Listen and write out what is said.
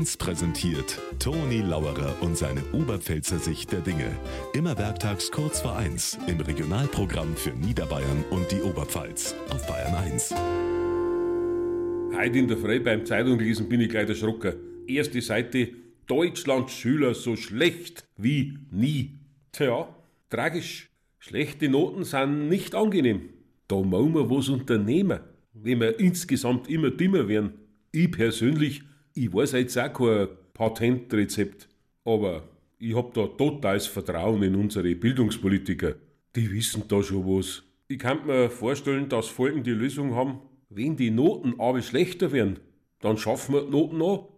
1 präsentiert Toni Lauerer und seine Oberpfälzer Sicht der Dinge. Immer werktags kurz vor 1 im Regionalprogramm für Niederbayern und die Oberpfalz auf Bayern 1. Heute in der Früh beim Zeitunglesen bin ich gleich erschrocken. Erste Seite: Deutschlands Schüler so schlecht wie nie. Tja, tragisch. Schlechte Noten sind nicht angenehm. Da muss man was unternehmen, wenn wir insgesamt immer dümmer werden. Ich persönlich, ich weiß jetzt auch kein Patentrezept. Aber ich hab da totales Vertrauen in unsere Bildungspolitiker. Die wissen da schon was. Ich kann mir vorstellen, dass folgende Lösung haben: Wenn die Noten aber schlechter werden, dann schaffen wir die Noten an.